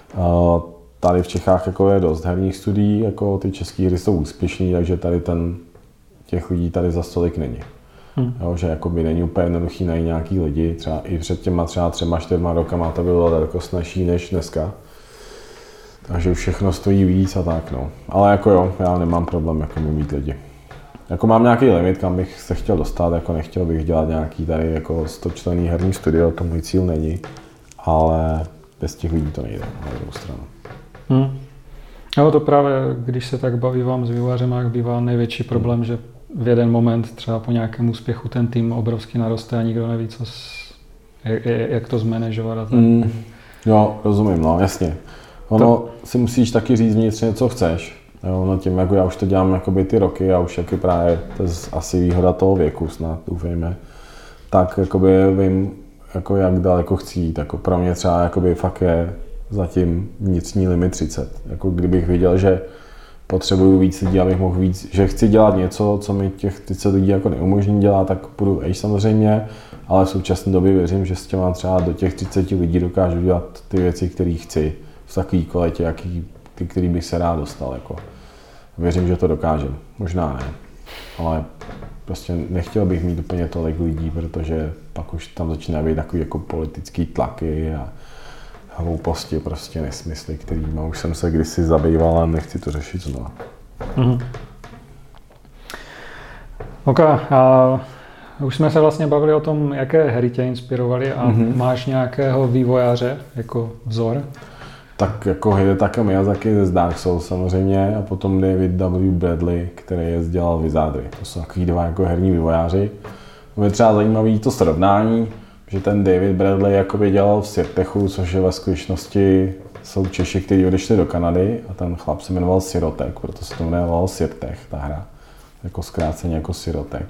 tady v Čechách jako je dost herních studií, jako ty české hry jsou úspěšný, takže tady těch lidí tady za stolik není. Jo, že jakoby není úplně jednoduchý najít nějaký lidi, třeba i před těma třeba 3-4 rokama to bylo daleko snazší než dneska. Takže už všechno stojí víc a tak no. Ale jako jo, já nemám problém jako mít lidi. Jako mám nějaký limit, kam bych se chtěl dostat, jako nechtěl bych dělat nějaký tady jako 100členný herní studio, to můj cíl není, ale bez těch lidí to nejde na druhou stranu. No to právě, když se tak bavím s vývojářem, jak bývá největší problém, že v jeden moment třeba po nějakém úspěchu ten tým obrovsky naroste a nikdo neví, jak to zmanažovat a tak. Jo, rozumím, no jasně. Ono si musíš taky říct vnitřně, co chceš. Jo, no tím, jako já už to dělám jakoby ty roky a už jaký právě, to je asi výhoda toho věku snad, doufejme, tak jakoby vím, jako jak daleko chci jít. Jako pro mě třeba jakoby fakt je zatím vnitřní limit 30. Jako kdybych věděl, že potřebuju víc lidí, abych mohl víc, že chci dělat něco, co mi těch 30 lidí jako neumožní dělat, tak půjdu samozřejmě, ale v současné době věřím, že s těma třeba do těch 30 lidí dokážu dělat ty věci, které chci v takové kvalitě, který bych se rád dostal. Jako. Věřím, že to dokážem. Možná ne, ale prostě nechtěl bych mít úplně tolik lidí, protože pak už tam začíná být takový jako politický tlaky a hlouposti, prostě nesmysly, kterýma už jsem se kdysi zabýval a nechci to řešit znova. OK, a už jsme se vlastně bavili o tom, jaké hry tě inspirovaly a máš nějakého vývojáře jako vzor? Tak jako Hidetaka Miyazaki ze Dark Souls samozřejmě a potom David W. Bradley, který dělal Wizardry. To jsou takový dva jako herní vývojáři. To je třeba zajímavý to srovnání, že ten David Bradley jakoby dělal v Sirtechu, což je ve skutečnosti jsou Češi, kteří odešli do Kanady a ten chlap se jmenoval Sirotek, proto se to jmenoval Sirtech, ta hra. Jako zkráceně jako Sirotek.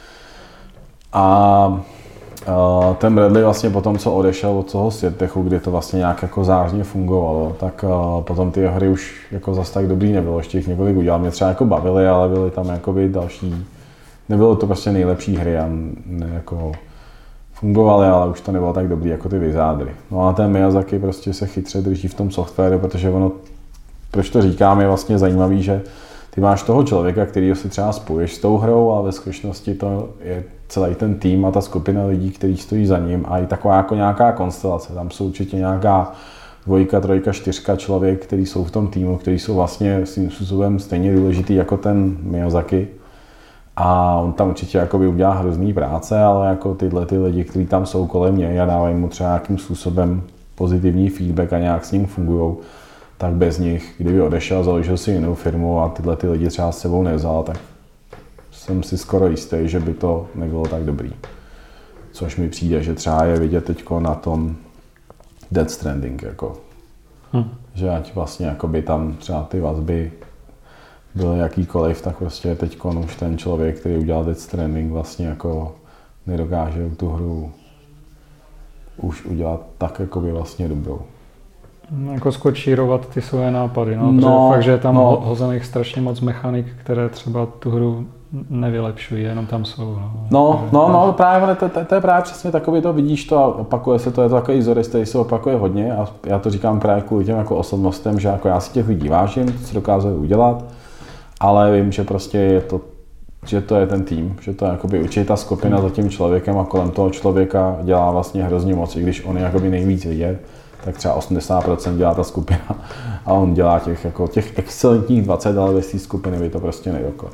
A ten Bradley vlastně potom, co odešel od toho Sirtechu, kdy to vlastně nějak jako zářně fungovalo, tak potom ty hry už jako zas tak dobrý nebylo, ještě jich několik udělal. Mě třeba jako bavily, ale byly tam jakoby další, nebylo to prostě nejlepší hry a jako fungovaly, ale už to nebylo tak dobrý jako ty Wizardry. No a ten Miyazaki prostě se chytře drží v tom softwaru, protože ono, proč to říkám, je vlastně zajímavý, že ty máš toho člověka, kterýho si třeba spoješ s tou hrou, ale ve skutečnosti to je celý ten tým a ta skupina lidí, kteří stojí za ním a i taková jako nějaká konstelace. Tam jsou určitě nějaká 2, 3, 4 člověk, kteří jsou v tom týmu, kteří jsou vlastně svým způsobem stejně důležitý jako ten Miyazaki. A on tam určitě jakoby udělá hrozný práce, ale jako tyhle ty lidi, kteří tam jsou kolem něj a dávají mu třeba nějakým způsobem pozitivní feedback a nějak s ním fungujou, tak bez nich, kdyby odešel, založil si jinou firmu a tyhle ty lidi třeba s sebou nevzal, tak jsem si skoro jistý, že by to nebylo tak dobrý. Což mi přijde, že třeba je vidět teďko na tom Death Stranding, jako. Že ať vlastně jakoby tam třeba ty vazby byly jakýkoliv, tak prostě teďko už ten člověk, který udělal Death Stranding, vlastně jako nedokáže tu hru už udělat tak jakoby vlastně dobrou. Jako skočírovat ty svoje nápady, no, fakt, že je tam hozených strašně moc mechanik, které třeba tu hru nevylepšují, jenom tam jsou. No, právě to je právě přesně takový, to vidíš to a opakuje se to, je to takový vzorec, který se opakuje hodně a já to říkám právě kvůli těm jako osobnostem, že jako já si těch lidí vážím, co dokázali udělat, ale vím, že prostě je to, že to je ten tým, že to je jakoby určitá skupina za tím člověkem a kolem toho člověka dělá vlastně hrozně moc, i když on je jakoby nejvíc vidět, tak třeba 80% dělá ta skupina a on dělá těch excelentních 20, ale bez té skupiny by to prostě nedoklad.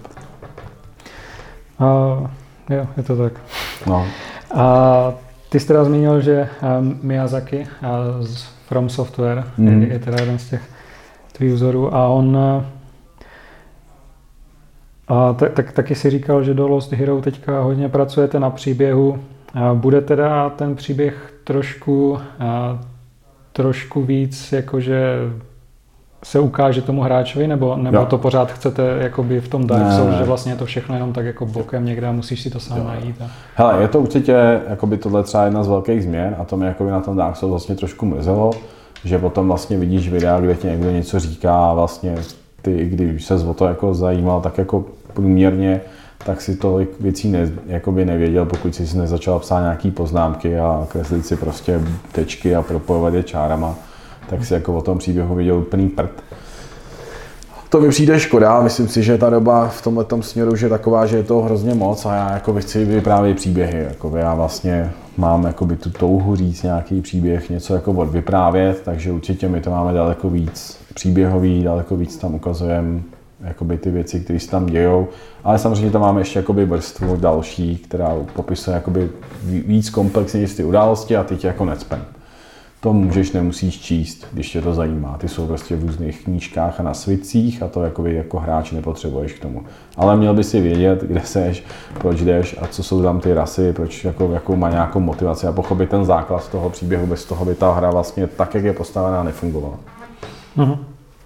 Jo, je to tak. No. A ty jsi teda zmínil, že Miyazaki z From Software je teda jeden z těch tvých vzorů a on taky si říkal, že do Lost Hero teďka hodně pracujete na příběhu. Bude teda ten příběh trošku víc jakože se ukáže tomu hráčovi, nebo to pořád chcete jakoby v tom Dark Souls, že vlastně je to všechno jenom tak jako bokem někde a musíš si to sám najít? Hele, je to určitě jakoby tohle třeba jedna z velkých změn a to mě jakoby na tom Dark Souls vlastně trošku mrzelo, že potom vlastně vidíš videa, kde ti někdo něco říká a vlastně ty, když ses o to jako zajímal, tak jako průměrně, tak si tolik věcí nevěděl, pokud jsi nezačal psát nějaký poznámky a kreslit si prostě tečky a propojovat je čárama, tak si jako o tom příběhu viděl úplný prd. To mi přijde škoda, myslím si, že ta doba v tomhletom směru že je taková, že je toho hrozně moc a já jako chci vyprávět příběhy. Jako já vlastně mám jakoby tu touhu říct nějaký příběh, něco jako odvyprávět, takže určitě my to máme daleko víc příběhový, daleko víc tam ukazujeme jakoby ty věci, které se tam dějou, ale samozřejmě tam máme ještě jakoby vrstvu další, která popisuje jakoby víc komplexně ty události a ty tě jako necpem. To můžeš, nemusíš číst, když tě to zajímá. Ty jsou prostě v různých knížkách a na svitcích a to jako hráč nepotřebuješ k tomu. Ale měl by si vědět, kde seš, proč jdeš a co jsou tam ty rasy, proč jakou má nějakou motivaci a pochopit ten základ toho příběhu, bez toho by ta hra vlastně tak, jak je postavená, nefungovala. Mhm.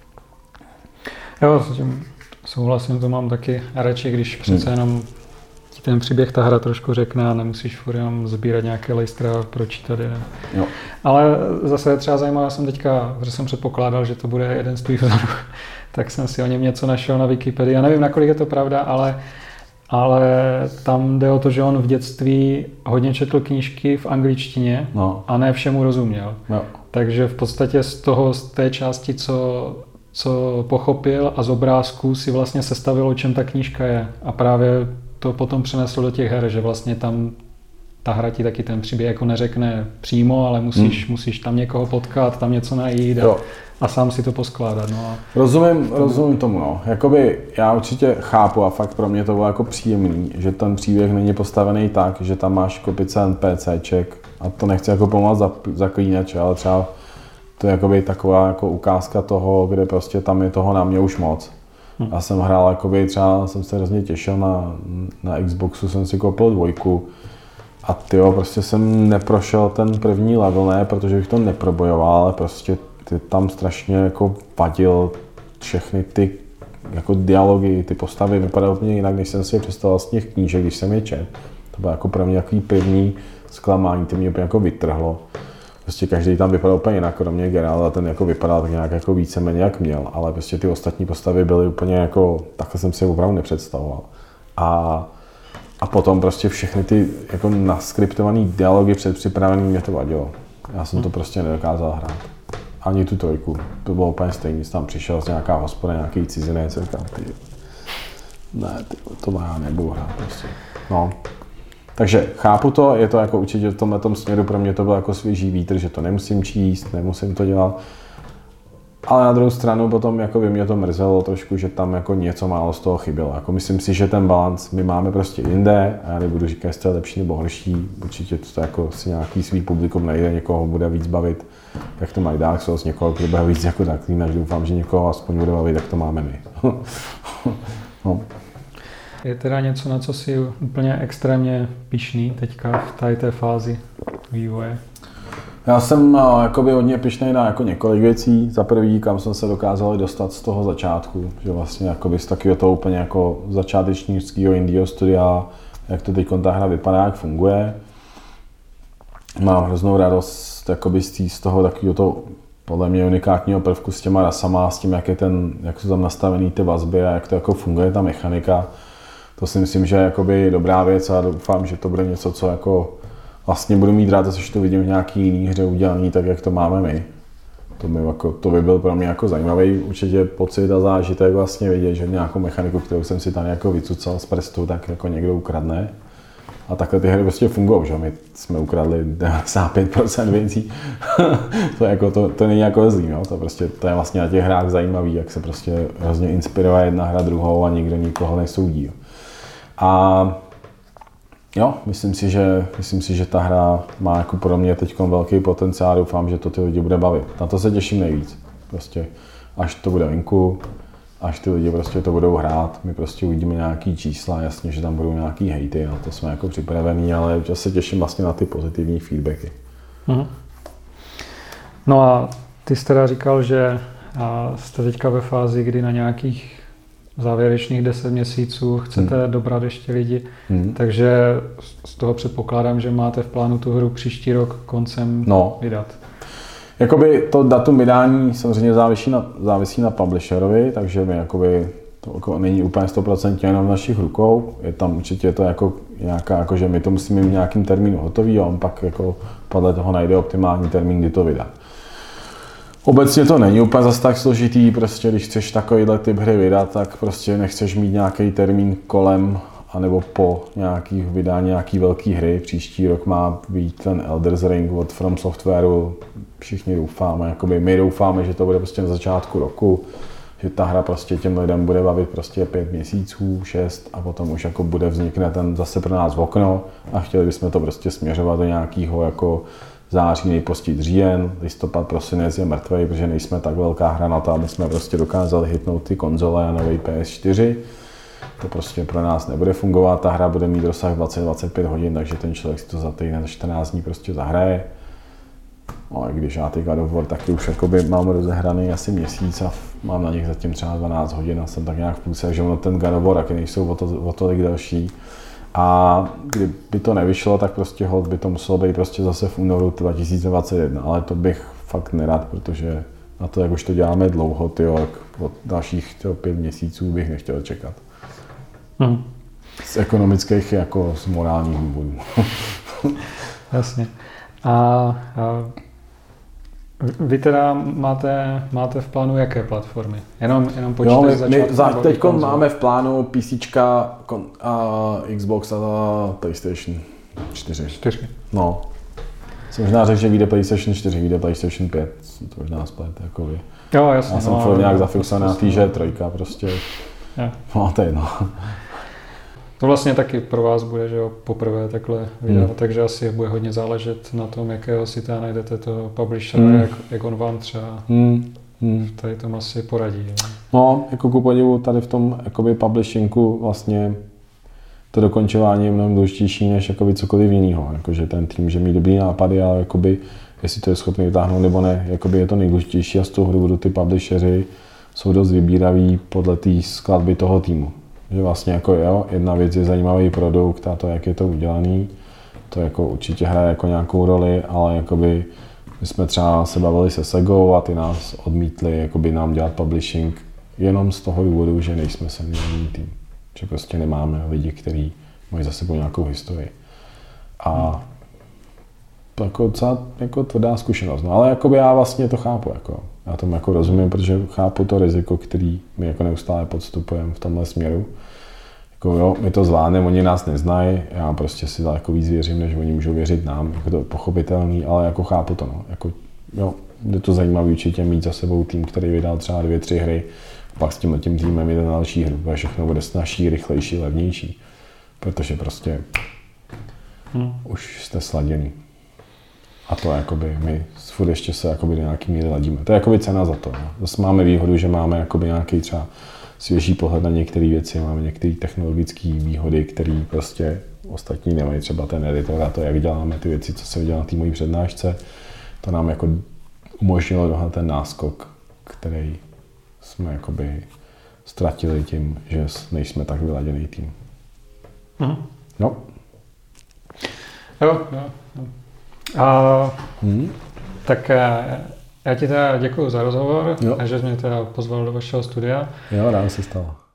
Jo, s tím souhlasím, to mám taky radši, když přece jenom ten příběh ta hra trošku řekne a nemusíš furt jenom sbírat nějaké lejstra a pročítat je. Jo. Ale zase je třeba zajímavé, jsem teďka, protože jsem předpokládal, že to bude jeden z tvých vzorů, tak jsem si o něm něco našel na Wikipedii. Já nevím, nakolik je to pravda, ale tam jde o to, že on v dětství hodně četl knížky v angličtině a ne všemu rozuměl. No. Takže v podstatě z té části, co pochopil a z obrázků si vlastně sestavil, o čem ta knížka je. A právě to potom přeneslo do těch her, že vlastně tam ta hra ti taky ten příběh jako neřekne přímo, ale musíš tam někoho potkat, tam něco najít a sám si to poskládat. No. Rozumím tomu. No. Jakoby já určitě chápu a fakt pro mě to bylo jako příjemný, že ten příběh není postavený tak, že tam máš kopice NPCček a to nechci jako pomáhat zaklínač, ale třeba to je jakoby taková jako ukázka toho, kde prostě tam je toho na mě už moc. Já jsem hrál, jakoby, třeba jsem se hrozně těšil na Xboxu, jsem si koupil 2 a prostě jsem neprošel ten první level, ne, protože bych to neprobojoval, ale prostě ty tam strašně jako vadil všechny ty jako dialogy, ty postavy vypadaly úplně jinak, než jsem si je představoval z těch knížek, když jsem je četl. To bylo jako pro mě takový první zklamání, to mě úplně jako vytrhlo. Prostě každý tam vypadal úplně jinak, kromě Geralta, ten jako vypadal tak nějak jako víceméně jak měl, ale prostě ty ostatní postavy byly úplně jako, takhle jsem si je opravdu nepředstavoval. A potom prostě všechny ty jako naskriptované dialogy předpřipravený mě to vadilo. Já jsem to prostě nedokázal hrát. Ani tu 3. To bylo úplně stejný, tam přišel z nějaká hospoda, nějaký cizinec, říkám, to já nebudu hrát prostě. No. Takže chápu to, je to jako určitě v tomhletom směru pro mě to byl jako svěží vítr, že to nemusím číst, nemusím to dělat. Ale na druhou stranu potom jako by mě to mrzelo trošku, že tam jako něco málo z toho chybělo. Jako myslím si, že ten balans my máme prostě jinde a já nebudu říkat, jestli to je lepší nebo horší. Určitě to jako si nějaký svý publikum najde, někoho bude víc bavit, jak to mají Dark Souls, někoho bude víc jako takový, až doufám, že někoho aspoň bude bavit, jak to máme my. No. Je teda něco, na co si úplně extrémně pyšný teďka v té fázi vývoje? Já jsem jakoby hodně pyšnej na jako několik věcí. Za prvý, kam jsem se dokázal dostat z toho začátku, že vlastně jakoby z takového toho úplně jako začátečnického indie studia, jak to teď ta hra vypadá, jak funguje. Mám hroznou radost jakoby z toho takového toho podle mě unikátního prvku s těma rasama, s tím, jak jsou tam nastavený ty vazby a jak to jako funguje ta mechanika. To si myslím, že je jakoby dobrá věc a doufám, že to bude něco, co jako vlastně budu mít rád, až to vidím v nějaký jiný hře udělaný, tak jak to máme my. To by byl pro mě jako zajímavý určitě pocit a zážitek vlastně vidět, že nějakou mechaniku, kterou jsem si tam jako vycucal z prstu, tak jako někdo ukradne. A takhle ty hry prostě fungují, že my jsme ukradli 95% věcí. to není jako zlý, no? To je vlastně na těch hrách zajímavý, jak se prostě hrozně inspiruje jedna hra druhou a nikdo nikoho nesoudí. Jo. A jo, myslím si, že ta hra má jako pro mě teď velký potenciál, doufám, že to ty lidi bude bavit. Na to se těším nejvíc. Prostě, až to bude venku, až ty lidi prostě to budou hrát, my prostě uvidíme nějaký čísla, jasně, že tam budou nějaký hejty, na to jsme jako připravení, ale já se těším vlastně na ty pozitivní feedbacky. Mhm. No a ty jsi teda říkal, že jste teďka ve fázi, kdy na nějakých závěrečných 10 měsíců chcete dobrat ještě lidi, takže z toho předpokládám, že máte v plánu tu hru příští rok koncem vydat. Jakoby to datum vydání samozřejmě závisí na publisherovi, takže my jakoby to jako není úplně 100% jenom v našich rukou. Je tam určitě to jako nějaká, jako že my to musíme mít v nějakým termínu hotový a on pak jako podle toho najde optimální termín, kdy to vydat. Obecně to není úplně zase tak složitý, prostě když chceš takovýhle typ hry vydat, tak prostě nechceš mít nějaký termín kolem anebo po nějakých vydání nějaký velké hry. Příští rok má být ten Elden Ring od From Softwareu. Všichni doufáme, jakoby my doufáme, že to bude prostě na začátku roku, že ta hra prostě těm lidem bude bavit prostě 5 měsíců, 6 a potom už jako vznikne ten zase pro nás okno a chtěli bychom to prostě směřovat do nějakého jako září, nejpozději říjen, listopad, prosinec je mrtvej, protože nejsme tak velká hra na to, aby jsme prostě dokázali hitnout ty konzole a nový PS4. To prostě pro nás nebude fungovat, ta hra bude mít rozsah 20-25 hodin, takže ten člověk si to za týden, za 14 dní prostě zahraje. No a když já ty God of War taky už jakoby mám rozehraný asi měsíc a mám na nich zatím třeba 12 hodin a jsem tak nějak v půlce, že ono ten God of War taky nejsou o tolik další. A kdyby to nevyšlo, tak prostě hold by to muselo být prostě zase v únoru 2021, ale to bych fakt nerad, protože na to, jak už to děláme dlouho, tak od dalších 5 měsíců bych nechtěl čekat. Z ekonomických jako z morálních důvodů. Jasně. A vy teda máte v plánu jaké platformy? Jenom počítač začátku? Teď máme v plánu PC, Xbox a PlayStation 4. No. Jsem možná řekl, že vyjde PlayStation 4, vyjde PlayStation 5. To možná splet, jako vy. Jo, jasně. Já jsem furt nějak zafixovaný na té, že trojka prostě. No, to je jedno. To vlastně taky pro vás bude, že jo, poprvé takhle vydat, takže asi bude hodně záležet na tom, jakého si tam najdete toho publishera, jak on vám třeba tady tom asi poradí. Jo. No, jako ku podivu tady v tom jakoby publishingu vlastně to dokončování je mnohem důležitější než jakoby cokoliv jiného. Jakože ten tým, že mít dobrý nápady, ale jakoby, jestli to je schopný vytáhnout nebo ne, jakoby je to nejdůležitější a z toho důvodu ty publisheři jsou dost vybíraví podle té skladby toho týmu. Že vlastně jako jo, jedna věc je zajímavý produkt a to, jak je to udělaný, to jako určitě hraje jako nějakou roli, ale jakoby my jsme třeba se bavili se Segou a ty nás odmítli jakoby nám dělat publishing jenom z toho důvodu, že nejsme seniorní tým. Že prostě nemáme lidi, kteří mají za sebou nějakou historii. A to jako docela jako tvrdá zkušenost. No ale jakoby já vlastně to chápu. Jako. Já tomu jako rozumím, protože chápu to riziko, který my jako neustále podstupujeme v tomhle směru. Jako jo, my to zvládneme, oni nás neznají, já prostě si daleko víc věřím, než oni můžou věřit nám, jako to je pochopitelný, ale jako chápu to, no. Jako, jo, je to zajímavé určitě mít za sebou tým, který vydal třeba 2-3 hry, pak s tím týmem jde na další hru, a všechno bude snažší, rychlejší, levnější, protože prostě už jste sladěný. A to jakoby my furt ještě se jakoby do nějaký míry ladíme. To je jakoby cena za to. No. Zase máme výhodu, že máme jakoby nějaký třeba svěží pohled na některé věci, máme některé technologické výhody, které prostě ostatní nemají, třeba ten editor a to, jak děláme ty věci, co se udělá na té mojí přednášce. To nám jako umožnilo dohnat ten náskok, který jsme jakoby ztratili tím, že nejsme tak vyladěný tým. No. Jo. Tak já ti teda děkuju za rozhovor a že jsi mě teda pozval do vašeho studia. Jo, rád se stalo.